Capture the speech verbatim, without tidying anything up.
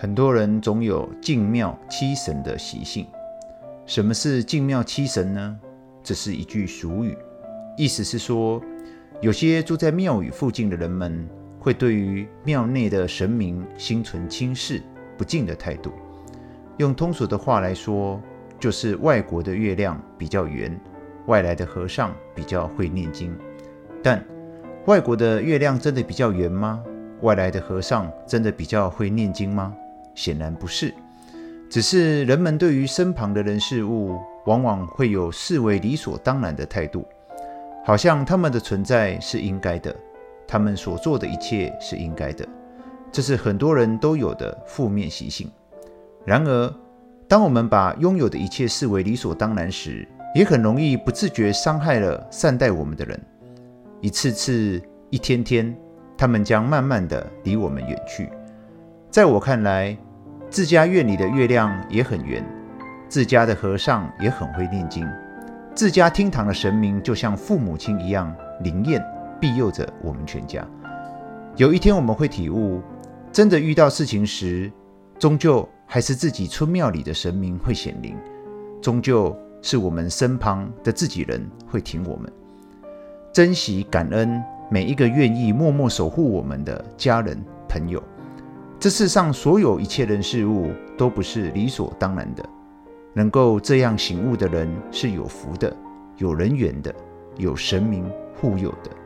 很多人总有敬庙七神的习性。什么是敬庙七神呢？这是一句俗语，意思是说，有些住在庙宇附近的人们会对于庙内的神明心存轻视、不敬的态度。用通俗的话来说，就是外国的月亮比较圆，外来的和尚比较会念经。但外国的月亮真的比较圆吗？外来的和尚真的比较会念经吗？显然不是，只是人们对于身旁的人事物往往会有视为理所当然的态度，好像他们的存在是应该的，他们所做的一切是应该的，这是很多人都有的负面习性。然而，当我们把拥有的一切视为理所当然时，也很容易不自觉伤害了善待我们的人。一次次，一天天，他们将慢慢的离我们远去。在我看来，自家院里的月亮也很圆，自家的和尚也很会念经，自家厅堂的神明就像父母亲一样灵验庇佑着我们全家。有一天我们会体悟，真的遇到事情时，终究还是自己村庙里的神明会显灵，终究是我们身旁的自己人会挺我们。珍惜感恩每一个愿意默默守护我们的家人朋友。这世上所有一切人事物都不是理所当然的，能够这样醒悟的人是有福的，有人缘的，有神明护佑的。